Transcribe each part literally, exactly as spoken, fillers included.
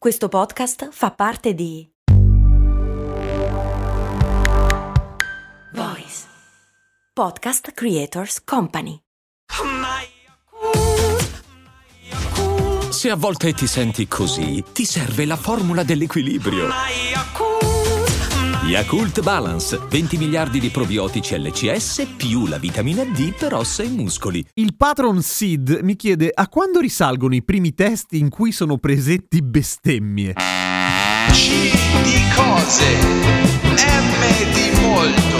Questo podcast fa parte di Voice Podcast Creators Company. Se a volte ti senti così, ti serve la formula dell'equilibrio. Yakult Balance, venti miliardi di probiotici L C S più la vitamina D per ossa e muscoli. Il patron Sid mi chiede a quando risalgono i primi testi in cui sono presenti bestemmie. C di cose, M di molto,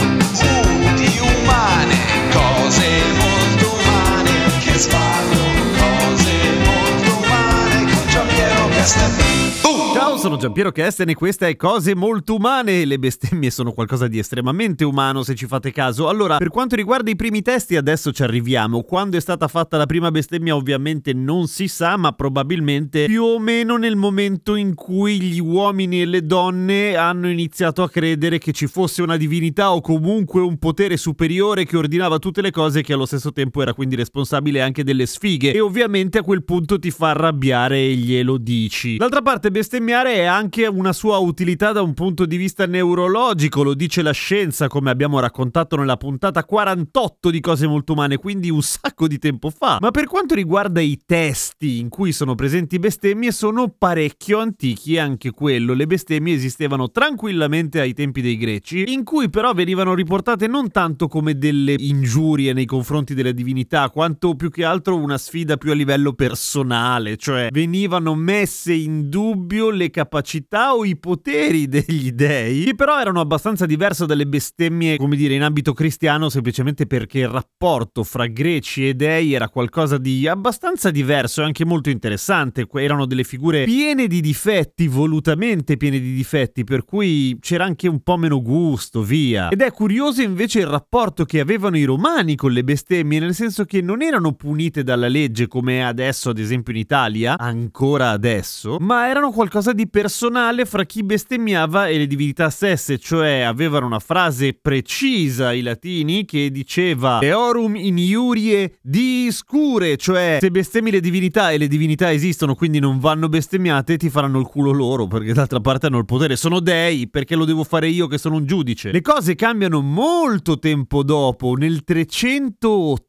U di umane, cose molto umane, che sbaglio, cose molto umane, con Giampiero Castelli. Ciao, sono Giampiero Kesten e questa è Cose Molto Umane. Le bestemmie sono qualcosa di estremamente umano, se ci fate caso. Allora, per quanto riguarda i primi testi, adesso ci arriviamo. Quando è stata fatta la prima bestemmia ovviamente non si sa, ma probabilmente più o meno nel momento in cui gli uomini e le donne hanno iniziato a credere che ci fosse una divinità o comunque un potere superiore che ordinava tutte le cose, che allo stesso tempo era quindi responsabile anche delle sfighe. E ovviamente a quel punto ti fa arrabbiare e glielo dici. D'altra parte, bestemmiare è anche una sua utilità da un punto di vista neurologico, lo dice la scienza, come abbiamo raccontato nella puntata quarantotto di Cose Molto Umane, quindi un sacco di tempo fa. Ma per quanto riguarda i testi in cui sono presenti bestemmie, sono parecchio antichi anche quello. Le bestemmie esistevano tranquillamente ai tempi dei greci, in cui però venivano riportate non tanto come delle ingiurie nei confronti delle divinità, quanto più che altro una sfida più a livello personale, cioè venivano messe in dubbio le capacità o i poteri degli dei, che però erano abbastanza diverse dalle bestemmie, come dire, in ambito cristiano, semplicemente perché il rapporto fra greci e dei era qualcosa di abbastanza diverso e anche molto interessante. Erano delle figure piene di difetti, volutamente piene di difetti, per cui c'era anche un po' meno gusto, via. Ed è curioso invece il rapporto che avevano i romani con le bestemmie, nel senso che non erano punite dalla legge come è adesso, ad esempio in Italia, ancora adesso, ma erano qualcosa di personale fra chi bestemmiava e le divinità stesse, cioè avevano una frase precisa i latini che diceva Deorum injurie discure, cioè se bestemmi le divinità e le divinità esistono quindi non vanno bestemmiate, ti faranno il culo loro, perché d'altra parte hanno il potere, sono dei, perché lo devo fare io che sono un giudice. Le cose cambiano molto tempo dopo, nel trecentottanta,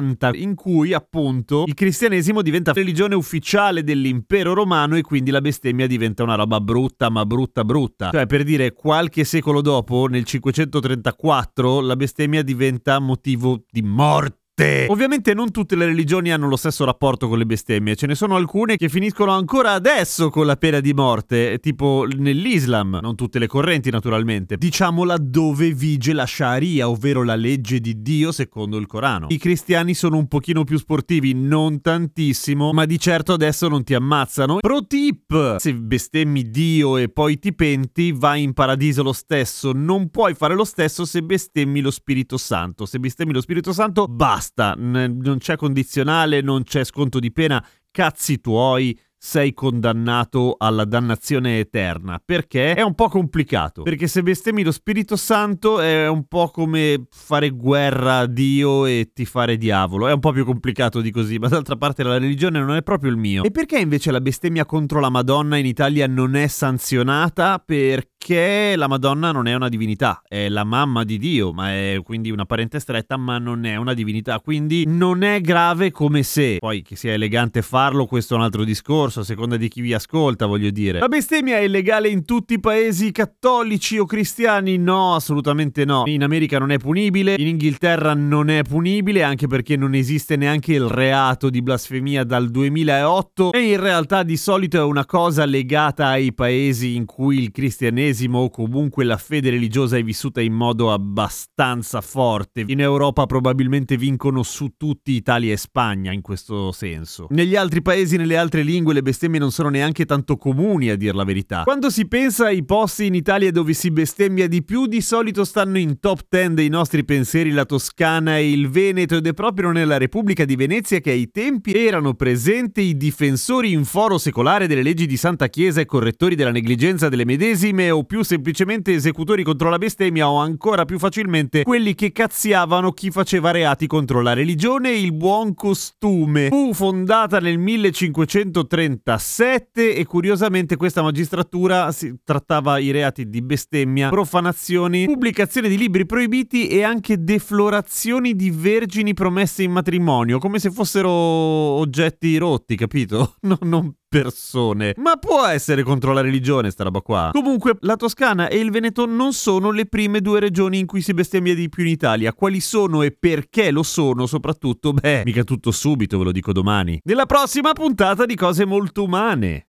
in cui appunto il cristianesimo diventa religione ufficiale dell'impero romano e quindi la bestemmia diventa una roba brutta, ma brutta brutta. Cioè, per dire, qualche secolo dopo, nel cinquecentotrentaquattro, la bestemmia diventa motivo di morte. Ovviamente non tutte le religioni hanno lo stesso rapporto con le bestemmie, ce ne sono alcune che finiscono ancora adesso con la pena di morte, tipo nell'Islam, non tutte le correnti naturalmente, diciamo laddove vige la Sharia, ovvero la legge di Dio secondo il Corano. I cristiani sono un pochino più sportivi, non tantissimo, ma di certo adesso non ti ammazzano. Pro tip: se bestemmi Dio e poi ti penti, vai in paradiso lo stesso. Non puoi fare lo stesso se bestemmi lo Spirito Santo. Se bestemmi lo Spirito Santo, basta. Non c'è condizionale, non c'è sconto di pena, cazzi tuoi, sei condannato alla dannazione eterna. Perché? È un po' complicato, perché se bestemmi lo Spirito Santo è un po' come fare guerra a Dio e tifare diavolo, è un po' più complicato di così, ma d'altra parte la religione non è proprio il mio. E perché invece la bestemmia contro la Madonna in Italia non è sanzionata? Perché la Madonna non è una divinità, è la mamma di Dio, ma è quindi una parente stretta, ma non è una divinità, quindi non è grave come se. Poi che sia elegante farlo, questo è un altro discorso, a seconda di chi vi ascolta, voglio dire. La bestemmia è illegale in tutti i paesi cattolici o cristiani? No, assolutamente no. In America non è punibile, in Inghilterra non è punibile, anche perché non esiste neanche il reato di blasfemia dal duemilaotto, e in realtà di solito è una cosa legata ai paesi in cui il cristianesimo o comunque la fede religiosa è vissuta in modo abbastanza forte. In Europa probabilmente vincono su tutti Italia e Spagna in questo senso. Negli altri paesi, nelle altre lingue, le bestemmie non sono neanche tanto comuni, a dir la verità. Quando si pensa ai posti in Italia dove si bestemmia di più, di solito stanno in top ten dei nostri pensieri la Toscana e il Veneto, ed è proprio nella Repubblica di Venezia che ai tempi erano presenti i difensori in foro secolare delle leggi di Santa Chiesa e correttori della negligenza delle medesime, o più semplicemente esecutori contro la bestemmia, o ancora più facilmente quelli che cazziavano chi faceva reati contro la religione e il buon costume. Fu fondata nel millecinquecentotrentasette e curiosamente questa magistratura si trattava i reati di bestemmia, profanazioni, pubblicazione di libri proibiti e anche deflorazioni di vergini promesse in matrimonio, come se fossero oggetti rotti, capito? No, non persone. Ma può essere contro la religione sta roba qua. Comunque la Toscana e il Veneto non sono le prime due regioni in cui si bestemmia di più in Italia. Quali sono e perché lo sono soprattutto? Beh, mica tutto subito, ve lo dico domani, nella prossima puntata di Cose Molto Umane.